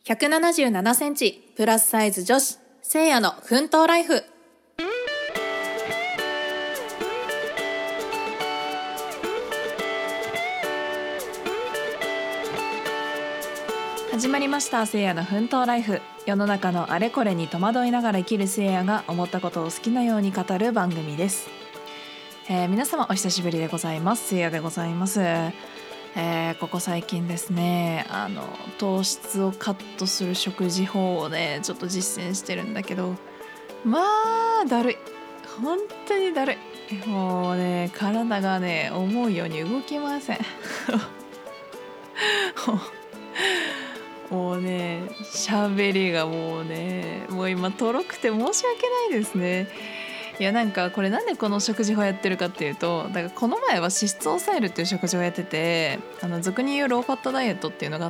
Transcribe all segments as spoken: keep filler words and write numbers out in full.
ひゃくななじゅうななセンチプラスサイズ女子せいやの奮闘ライフ。始まりました、せいやの奮闘ライフ。世の中のあれこれに戸惑いながら生きるせいやが思ったことを好きなように語る番組です。えー、皆様お久しぶりでございます。せいやでございます。えー、ここ最近ですね、あの糖質をカットする食事法をねちょっと実践してるんだけど、まあだるい、本当にだるい。もうね体がね思うように動きませんもうね喋りがもうねもう今とろくて申し訳ないですね。いやなんかこれなんでこの食事法やってるかっていうと、だからこの前は脂質を抑えるっていう食事をやってて、あの俗に言うローファットダイエットっていうのがあって、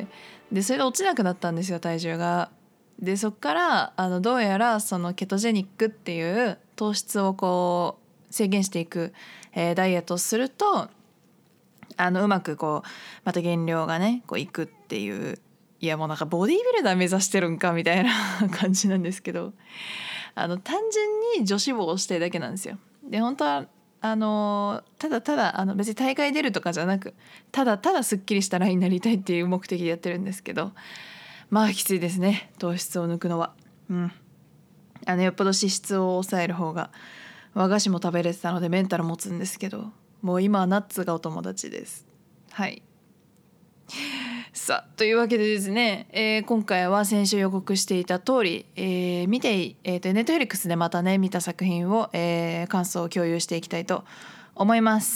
でそれで落ちなくなったんですよ、体重が。でそっからあのどうやらそのケトジェニックっていう糖質をこう制限していく、えーダイエットをするとあのうまくこうまた減量がねこういくっていう、いやもうなんかボディービルダー目指してるんかみたいな感じなんですけど、あの単純に女子棒をしてるだけなんですよ。で本当はあのただただあの別に大会出るとかじゃなく、ただただすっきりしたラインになりたいっていう目的でやってるんですけど、まあきついですね、糖質を抜くのは。うんあのよっぽど脂質を抑える方が和菓子も食べれてたのでメンタル持つんですけど、もう今はナッツがお友達です。はい。さあというわけでですね、えー、今回は先週予告していた通り、えー、見て、えー、とネットフリックスでまたね見た作品を、えー、感想を共有していきたいと思います。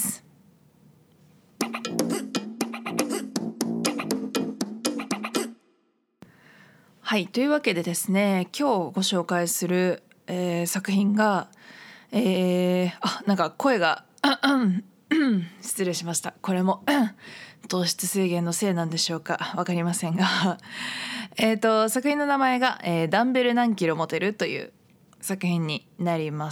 はいというわけでですね、今日ご紹介する、えー、作品が、えー、あなんか声が失礼しました。これも糖質制限のせいなんでしょうか、わかりませんがえーと作品の名前が、えー、ダンベル何キロ持てるという作品になります。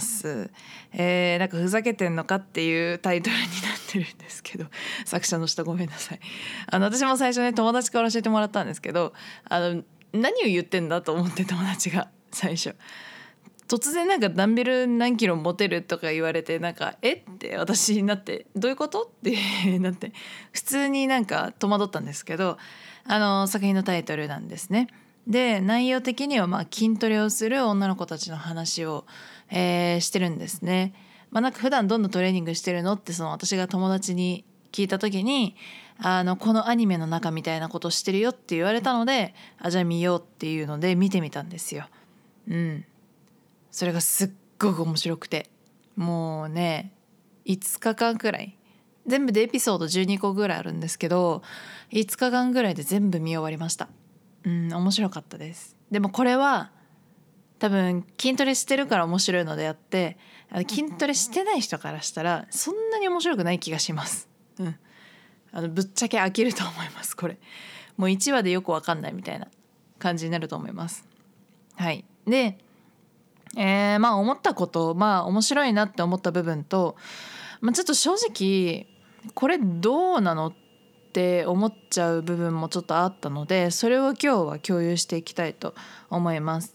えー、なんかふざけてんのかっていうタイトルになってるんですけど、作者の人ごめんなさい。あの私も最初ね友達から教えてもらったんですけど、あの何を言ってんだと思って、友達が最初突然なんかダンベル何キロ持てるとか言われて、なんかえって私になって、どういうことってなって普通になんか戸惑ったんですけど、あの作品のタイトルなんですね。で内容的にはまあ筋トレをする女の子たちの話を、えーしてるんですね。まあ、なんか普段どんなトレーニングしてるのってその私が友達に聞いた時に、あのこのアニメの中みたいなことしてるよって言われたので、あじゃあ見ようっていうので見てみたんですよ。うんそれがすっごく面白くて、もうねいつかかんくらい、全部でエピソードじゅうにこぐらいあるんですけど、いつかかんぐらいで全部見終わりました。うん面白かったです。でもこれは多分筋トレしてるから面白いのであって、あの筋トレしてない人からしたらそんなに面白くない気がします。うんあのぶっちゃけ飽きると思います。これもういちわでよくわかんないみたいな感じになると思います。はいでえー、まあ思ったこと、まあ面白いなって思った部分と、まあ、ちょっと正直これどうなのって思っちゃう部分もちょっとあったので、それを今日は共有していきたいと思います。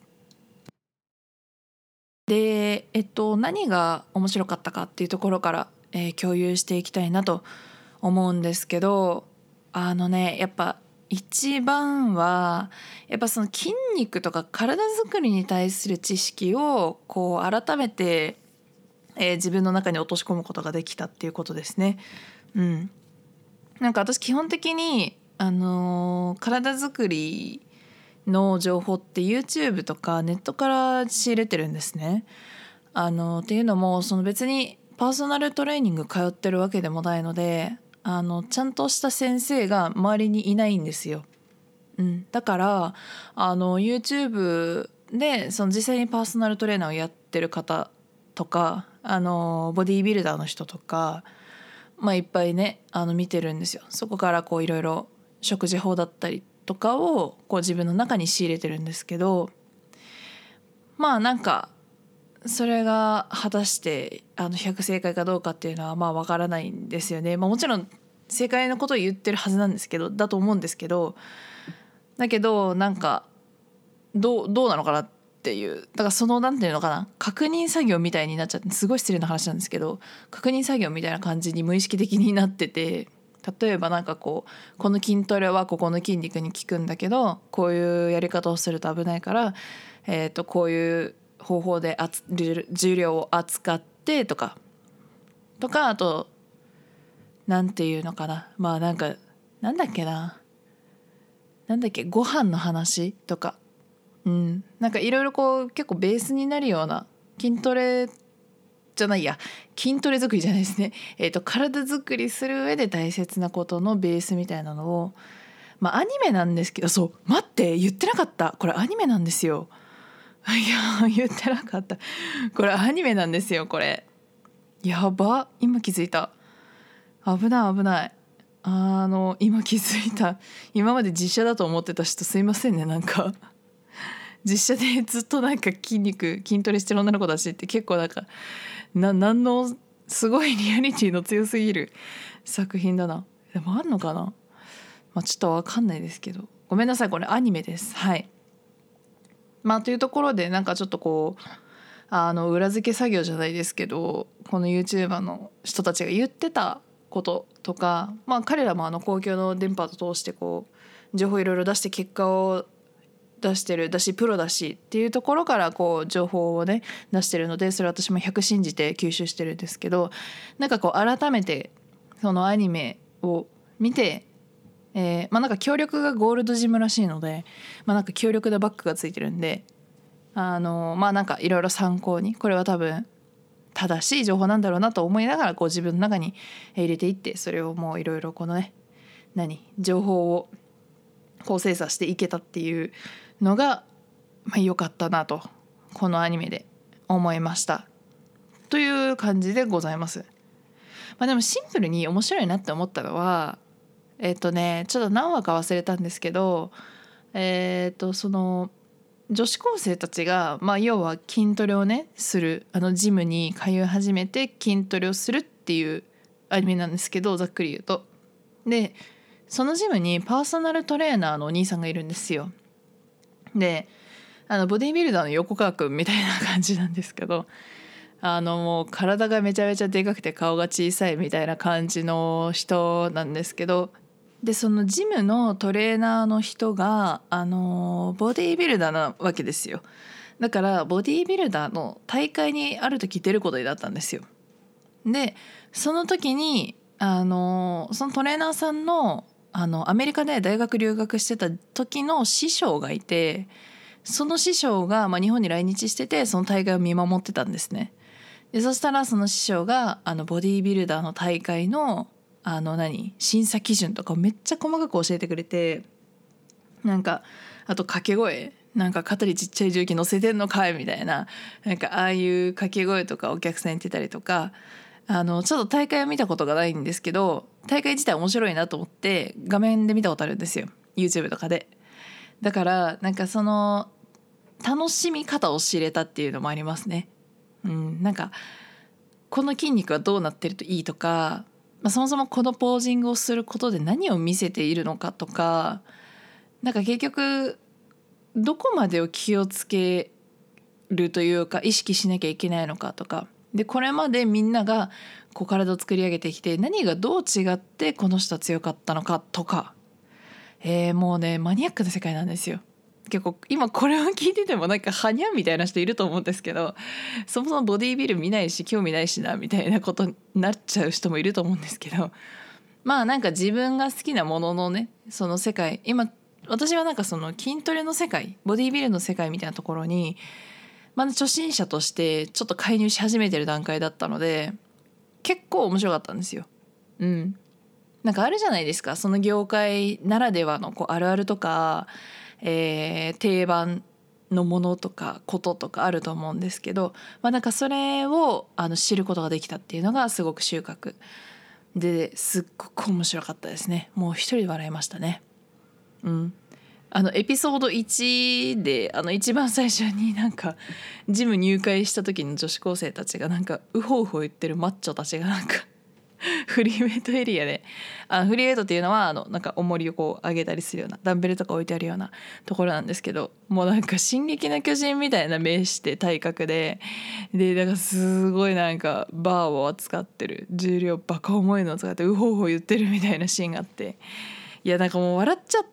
で、えっと、何が面白かったかっていうところから、えー共有していきたいなと思うんですけど、あのねやっぱ一番はやっぱその筋肉とか体作りに対する知識をこう改めて、えー自分の中に落とし込むことができたっていうことですね。うん、なんか私基本的に、あのー体作りの情報って YouTube とかネットから仕入れてるんですね。あのっていうのもその別にパーソナルトレーニング通ってるわけでもないので、あのちゃんとした先生が周りにいないんですよ。うん、だからあの YouTube でその実際にパーソナルトレーナーをやってる方とか、あのボディービルダーの人とか、まあ、いっぱいねあの見てるんですよ。そこからこういろいろ食事法だったりとかをこう自分の中に仕入れてるんですけど、まあなんかそれが果たしてあのひゃく正解かどうかっていうのはまあわからないんですよね。まあ、もちろん正解のことを言ってるはずなんですけどだと思うんですけど、 だけどなんかどうどうなのかなっていう、だからそのなんていうのかな、確認作業みたいになっちゃって、すごい失礼な話なんですけど、確認作業みたいな感じに無意識的になってて、例えばなんかこうこの筋トレはここの筋肉に効くんだけど、こういうやり方をすると危ないから、えー、とこういう方法で重量を扱ってとかとか、あとなんていうのかな、まあなんかなんだっけななんだっけご飯の話とか、うん、なんかいろいろこう結構ベースになるような筋トレじゃないや筋トレ作りじゃないですね、えーと体作りする上で大切なことのベースみたいなのを、まあアニメなんですけど、そう待って言ってなかった、これアニメなんですよ。いや言ってなかった、これアニメなんですよ。これやば、今気づいた、危ない危ない、あの今気づいた。今まで実写だと思ってた人すいませんね。なんか実写でずっとなんか筋肉筋トレしてる女の子だしって結構なんかななんのすごいリアリティの強すぎる作品だな。でもあんのかな、まあ、ちょっとわかんないですけど、ごめんなさい、これアニメです。はい。まあというところでなんかちょっとこうあの裏付け作業じゃないですけど、この YouTuber の人たちが言ってたこととか、まあ彼らもあの公共の電波と通してこう情報いろいろ出して結果を出してるだしプロだしっていうところからこう情報をね出してるので、それ私もひゃく信じて吸収してるんですけど、なんかこう改めてそのアニメを見て、えー、まあなんか協力がゴールドジムらしいので、まあなんか強力なバッグがついてるんで、あのまあなんかいろいろ参考に、これは多分正しい情報なんだろうなと思いながらこう自分の中に入れていって、それをもういろいろこのね何情報をこう精査していけたっていうのがまあ、良かったなとこのアニメで思いましたという感じでございます。まあ、でもシンプルに面白いなって思ったのは、えっとねちょっと何話か忘れたんですけど、えっとその女子高生たちが、まあ、要は筋トレをねする、あのジムに通い始めて筋トレをするっていうアニメなんですけど、ざっくり言うと。でそのジムにパーソナルトレーナーのお兄さんがいるんですよ。であのボディービルダーの横川くんみたいな感じなんですけど、あのもう体がめちゃめちゃでかくて顔が小さいみたいな感じの人なんですけど、でそのジムのトレーナーの人があのボディービルダーなわけですよ。だからボディービルダーの大会にある時出ることになったんですよ。でその時にあのそのトレーナーさんのあのアメリカで大学留学してた時の師匠がいて、その師匠が、まあ、日本に来日しててその大会を見守ってたんですね。でそしたらその師匠があのボディービルダーの大会のあの何審査基準とかをめっちゃ細かく教えてくれて、なんかあと掛け声、なんか肩にちっちゃい重機乗せてんのかいみたいな、なんかああいう掛け声とかお客さん言ってたりとか、あのちょっと大会を見たことがないんですけど大会自体面白いなと思って画面で見たことあるんですよ YouTube とかで。だからなんかその楽しみ方を知れたっていうのもありますね。うん、なんかこの筋肉はどうなってるといいとか、まあ、そもそもこのポージングをすることで何を見せているのかとか、なんか結局どこまでを気をつけるというか意識しなきゃいけないのかとかで、これまでみんながこう体を作り上げてきて何がどう違ってこの人は強かったのかとか、えー、もうねマニアックな世界なんですよ。結構今これを聞いててもなんかはにゃみたいな人いると思うんですけど、そもそもボディービル見ないし興味ないしなみたいなことになっちゃう人もいると思うんですけど、まあなんか自分が好きなもののねその世界、今私はなんかその筋トレの世界ボディービルの世界みたいなところにまだ初心者としてちょっと介入し始めてる段階だったので結構面白かったんですよ。うん、なんかあるじゃないですか、その業界ならではのこうあるあるとか、えー、定番のものとかこととかあると思うんですけど、まあ、なんかそれをあの知ることができたっていうのがすごく収穫ですっごく面白かったですね。もう一人笑いましたね。うん、あのエピソードいちであの一番最初になんかジム入会した時の女子高生たちがなんかウホウホ言ってるマッチョたちがなんかフリーウェイトエリアで、あフリーウェイトっていうのはあのなんか重りをこう上げたりするようなダンベルとか置いてあるようなところなんですけど、もうなんか進撃の巨人みたいな名して体格で、でだからすごいなんかバーを扱ってる、重量バカ重いのを使ってウホウホ言ってるみたいなシーンがあって、いやなんかもう笑っちゃって、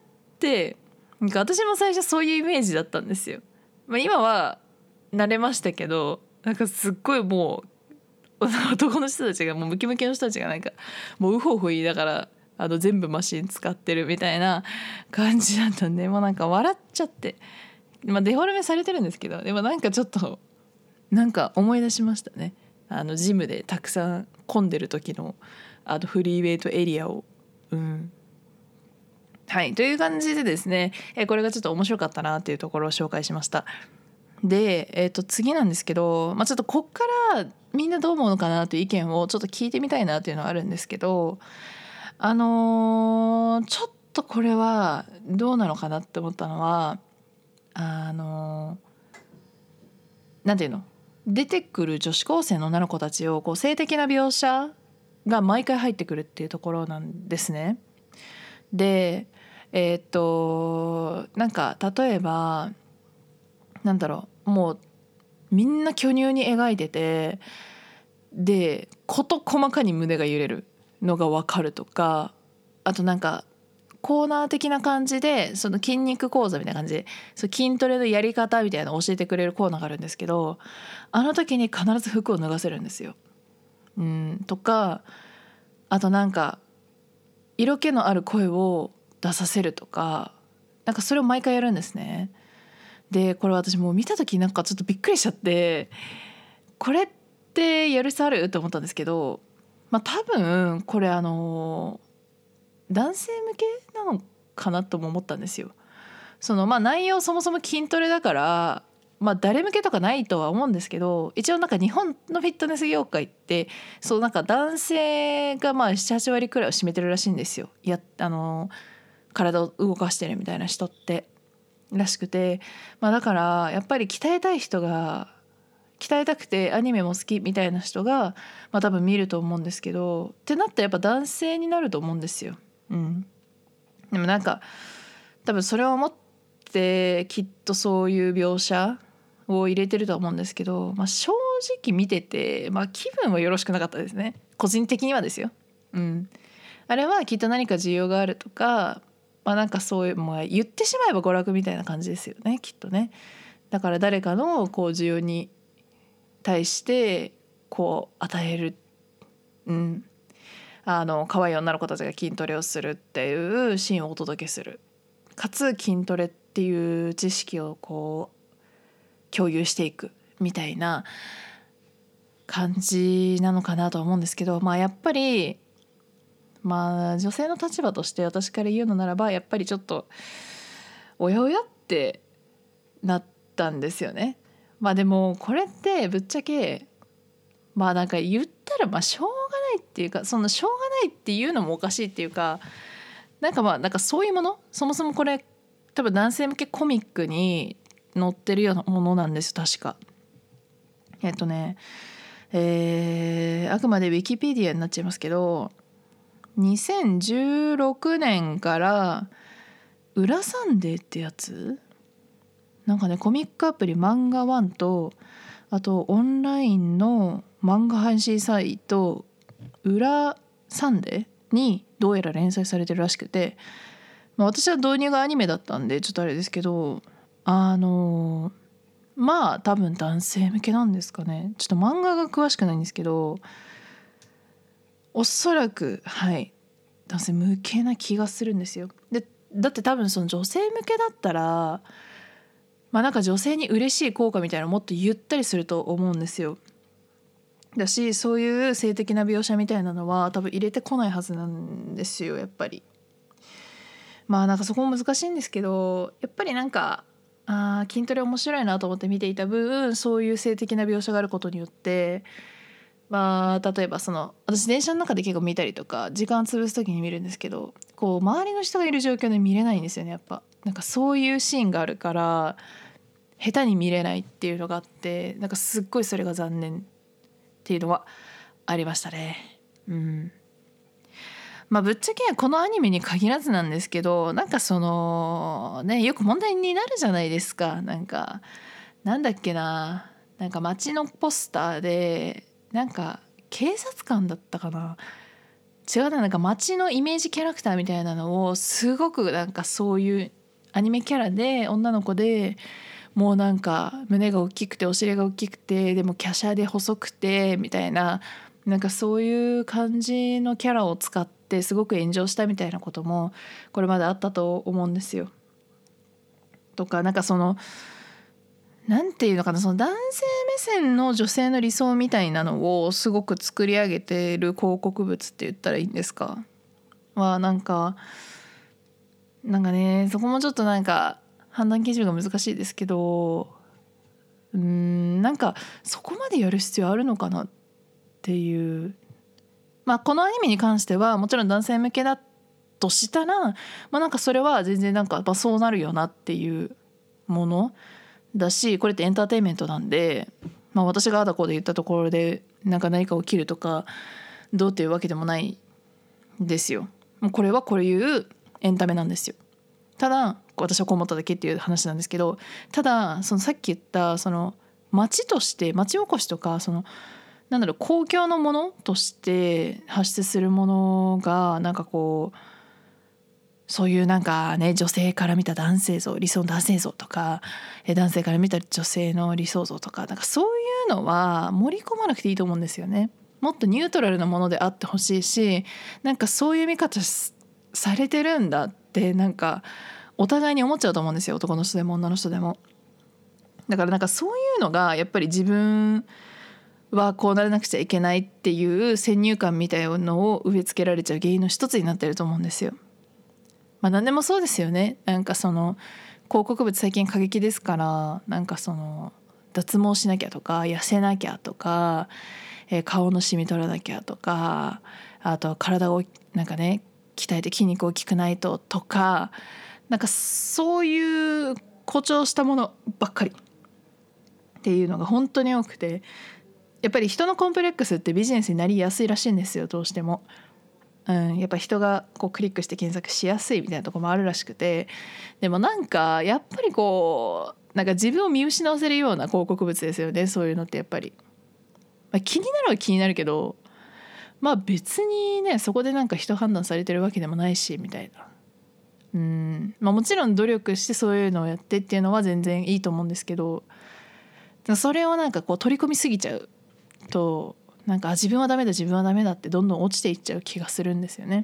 なんか私も最初そういうイメージだったんですよ。まあ、今は慣れましたけど、なんかすっごいもう男の人たちがもうムキムキの人たちがなんかもうウホウホ言いながらあの全部マシン使ってるみたいな感じだったんで、もうなんか笑っちゃって、まあ、デフォルメされてるんですけど、でもなんかちょっとなんか思い出しましたね。あのジムでたくさん混んでる時のあのフリーウェイトエリアを。うんはいという感じでですね、えこれがちょっと面白かったなっていうところを紹介しました。で、えー、と次なんですけど、まあ、ちょっとこっからみんなどう思うのかなという意見をちょっと聞いてみたいなっていうのはあるんですけど、あのーちょっとこれはどうなのかなって思ったのは、あのーなんていうの、出てくる女子高生の女の子たちをこう性的な描写が毎回入ってくるっていうところなんですね。でえっ、となんか例えばなんだろう、もうみんな巨乳に描いてて、で事細かに胸が揺れるのが分かるとか、あとなんかコーナー的な感じでその筋肉講座みたいな感じでその筋トレのやり方みたいなのを教えてくれるコーナーがあるんですけど、あの時に必ず服を脱がせるんですよ。うんとか、あとなんか色気のある声を出させるとか、なんかそれを毎回やるんですね。でこれ私もう見た時なんかちょっとびっくりしちゃって、これってやる必要あると思ったんですけど、まあ多分これあの男性向けなのかなとも思ったんですよ。そのまあ内容そもそも筋トレだから、まあ誰向けとかないとは思うんですけど、一応なんか日本のフィットネス業界ってそうなんか男性がまあなな、はち割くらいを占めてるらしいんですよ。やあの体を動かしてるみたいな人ってらしくて、まあだからやっぱり鍛えたい人が鍛えたくてアニメも好きみたいな人がまあ多分見ると思うんですけど、ってなったらやっぱ男性になると思うんですよ。うん。でもなんか多分それを思ってきっとそういう描写を入れてると思うんですけど、まあ、正直見てて、まあ、気分はよろしくなかったですね、個人的にはですよ。うん、あれはきっと何か需要があるとか、まあ、なんかそういう、まあ、言ってしまえば娯楽みたいな感じですよねきっとね。だから誰かのこう需要に対してこう与える、うん、あの可愛い女の子たちが筋トレをするっていうシーンをお届けする、かつ筋トレっていう知識をこう共有していくみたいな感じなのかなとは思うんですけど、まあやっぱりまあ女性の立場として私から言うのならば、やっぱりちょっとおやおやってなったんですよね。まあでもこれってぶっちゃけまあなんか言ったらまあしょうがないっていうか、そんなしょうがないっていうのもおかしいっていうか、なんかまあなんかそういうもの、そもそもこれ多分男性向けコミックに載ってるようなものなんです確か。えっとねえー、あくまでウィキペディアになっちゃいますけど、にせんじゅうろくねんから裏サンデーってやつなんかね、コミックアプリ漫画ワンと、あとオンラインの漫画配信サイト裏サンデーにどうやら連載されてるらしくて、まあ、私は導入がアニメだったんでちょっとあれですけど、あのまあ多分男性向けなんですかね。ちょっと漫画が詳しくないんですけど、おそらくはい男性向けな気がするんですよ。でだって多分その女性向けだったらまあなんか女性に嬉しい効果みたいなのもっと言ったりすると思うんですよ。だしそういう性的な描写みたいなのは多分入れてこないはずなんですよやっぱり。まあなんかそこも難しいんですけど、やっぱりなんかあ筋トレ面白いなと思って見ていた分、そういう性的な描写があることによって、まあ例えばその私電車の中で結構見たりとか時間潰す時に見るんですけど、こう周りの人がいる状況で見れないんですよねやっぱ。なんかそういうシーンがあるから下手に見れないっていうのがあって、なんかすっごいそれが残念っていうのはありましたね。うんまあぶっちゃけこのアニメに限らずなんですけど、なんかそのねよく問題になるじゃないですか。なんかなんだっけな、なんか街のポスターでなんか警察官だったかな、違うな、なんか街のイメージキャラクターみたいなのをすごくなんかそういうアニメキャラで女の子でもうなんか胸が大きくてお尻が大きくてでも華奢で細くてみたいな、なんかそういう感じのキャラを使ってすごく炎上したみたいなこともこれまであったと思うんですよ。とかなんかそのなんていうのかな、その男性目線の女性の理想みたいなのをすごく作り上げている広告物って言ったらいいんですかはなんかなんかね、そこもちょっとなんか判断基準が難しいですけど、うーんなんかそこまでやる必要あるのかなっていう。まあこのアニメに関してはもちろん男性向けだとしたら、まあなんかそれは全然なんか、まあ、そうなるよなっていうものだし、これってエンターテインメントなんで、まあ、私があだこうで言ったところでなんか何か起きるとかどうっていうわけでもないんですよ。もうこれはこういうエンタメなんですよ。ただ私はこう思っただけっていう話なんですけど、ただそのさっき言ったその街として町おこしとかそのなんだろう公共のものとして発出するものがなんかこうそういうなんかね女性から見た男性像理想の男性像とか男性から見た女性の理想像とかなんかそういうのは盛り込まなくていいと思うんですよね。もっとニュートラルなものであってほしいし、なんかそういう見方されてるんだってなんかお互いに思っちゃうと思うんですよ、男の人でも女の人でも。だからなんかそういうのがやっぱり自分はこうならなくちゃいけないっていう先入観みたいなのを植え付けられちゃう原因の一つになってると思うんですよ。まあ何でもそうですよね。なんかその広告物最近過激ですから、なんかその脱毛しなきゃとか痩せなきゃとか、えー顔のシミ取らなきゃとか、あと体をなんかね鍛えて筋肉大きくないととか、なんかそういう誇張したものばっかりっていうのが本当に多くて、やっぱり人のコンプレックスってビジネスになりやすいらしいんですよ、どうしても。うん、やっぱ人がこうクリックして検索しやすいみたいなところもあるらしくて、でもなんかやっぱりこうなんか自分を見失わせるような広告物ですよね、そういうのってやっぱり。まあ、気になるは気になるけど、まあ別にねそこでなんか人判断されてるわけでもないしみたいな。うん、まあもちろん努力してそういうのをやってっていうのは全然いいと思うんですけど、それをなんかこう取り込みすぎちゃうとなんか自分はダメだ自分はダメだってどんどん落ちていっちゃう気がするんですよね。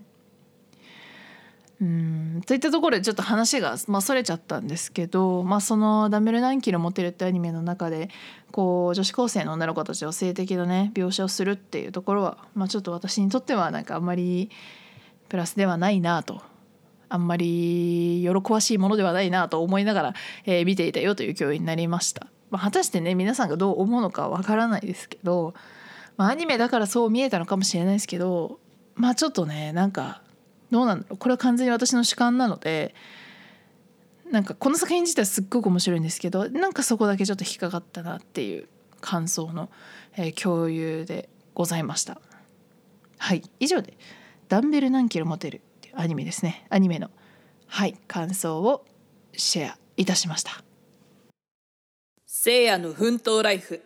うんといったところでちょっと話が、まあ、それちゃったんですけど、まあ、そのダンベル何キロ持てるってアニメの中でこう女子高生の女の子たちを性的なね描写をするっていうところは、まあ、ちょっと私にとってはなんかあんまりプラスではないなと、あんまり喜ばしいものではないなと思いながら、えー見ていたよという共有になりました。まあ、果たしてね皆さんがどう思うのかわからないですけど、まあ、アニメだからそう見えたのかもしれないですけど、まあちょっとねなんかどうなんだろう、これは完全に私の主観なので、なんかこの作品自体すっごく面白いんですけど、なんかそこだけちょっと引っかかったなっていう感想の、えー共有でございました。はい、以上でダンベル何キロ持てるっていうアニメですね、アニメのはい感想をシェアいたしました。 聖夜の奮闘ライフ。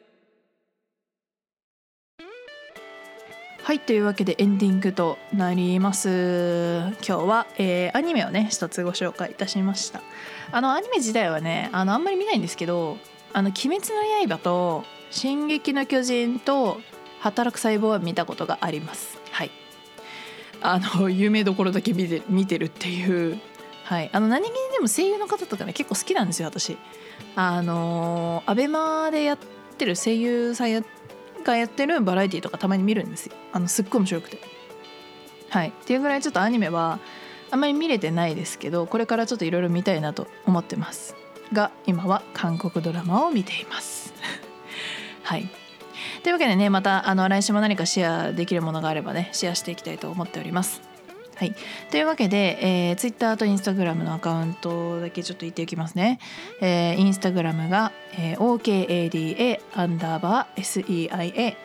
はい、というわけでエンディングとなります。今日は、えーアニメをね一つご紹介いたしました。あのアニメ自体はね あのあんまり見ないんですけど、あの鬼滅の刃と進撃の巨人と働く細胞は見たことがあります。はい、あの有名どころだけ見て見てるっていう。はい、あの何気にでも声優の方とかね結構好きなんですよ私。あのアベマでやってる声優さんやがやってるバラエティとかたまに見るんですよ。あのすっごい面白くて、はいっていうぐらいちょっとアニメはあんまり見れてないですけど、これからちょっといろいろ見たいなと思ってますが、今は韓国ドラマを見ていますはいというわけでね、またあの来週も何かシェアできるものがあればねシェアしていきたいと思っております。はい、というわけで、えー、Twitter と Instagram のアカウントだけちょっと言っておきますね。えー、Instagram が、えー、オーケーエーディーエー アンダーバー セイア、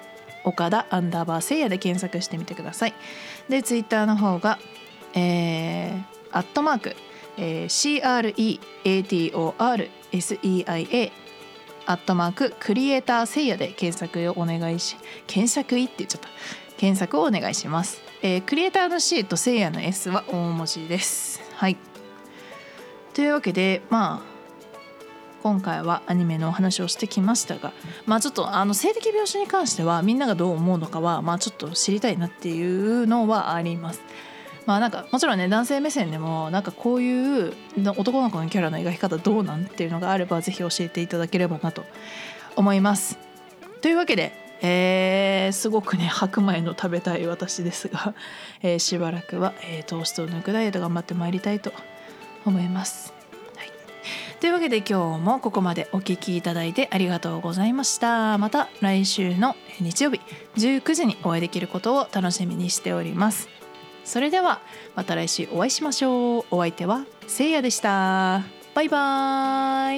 岡田アンダーバーせいやで検索してみてください。でツイッターの方がえー、アットマーク、えー、シーアールイーエーティーオーアールエスイーアイエー アットマーククリエイターせいやで検索をお願いし検索いって言っちゃった検索をお願いします。えー、クリエイターの C とせいやの S は大文字です。はい。というわけでまあ今回はアニメのお話をしてきましたが、まあちょっとあの性的描写に関してはみんながどう思うのかはまあちょっと知りたいなっていうのはあります。まあなんかもちろんね男性目線でもなんかこういう男の子のキャラの描き方どうなんっていうのがあればぜひ教えていただければなと思います。というわけで、えー、すごくね白米の食べたい私ですが、えー、しばらくは、えー、糖質を抜くダイエット頑張ってまいりたいと思います。はい、というわけで今日もここまでお聞きいただいてありがとうございました。また来週の日曜日じゅうくじにお会いできることを楽しみにしております。それではまた来週お会いしましょう。お相手はせいやでした。バイバーイ。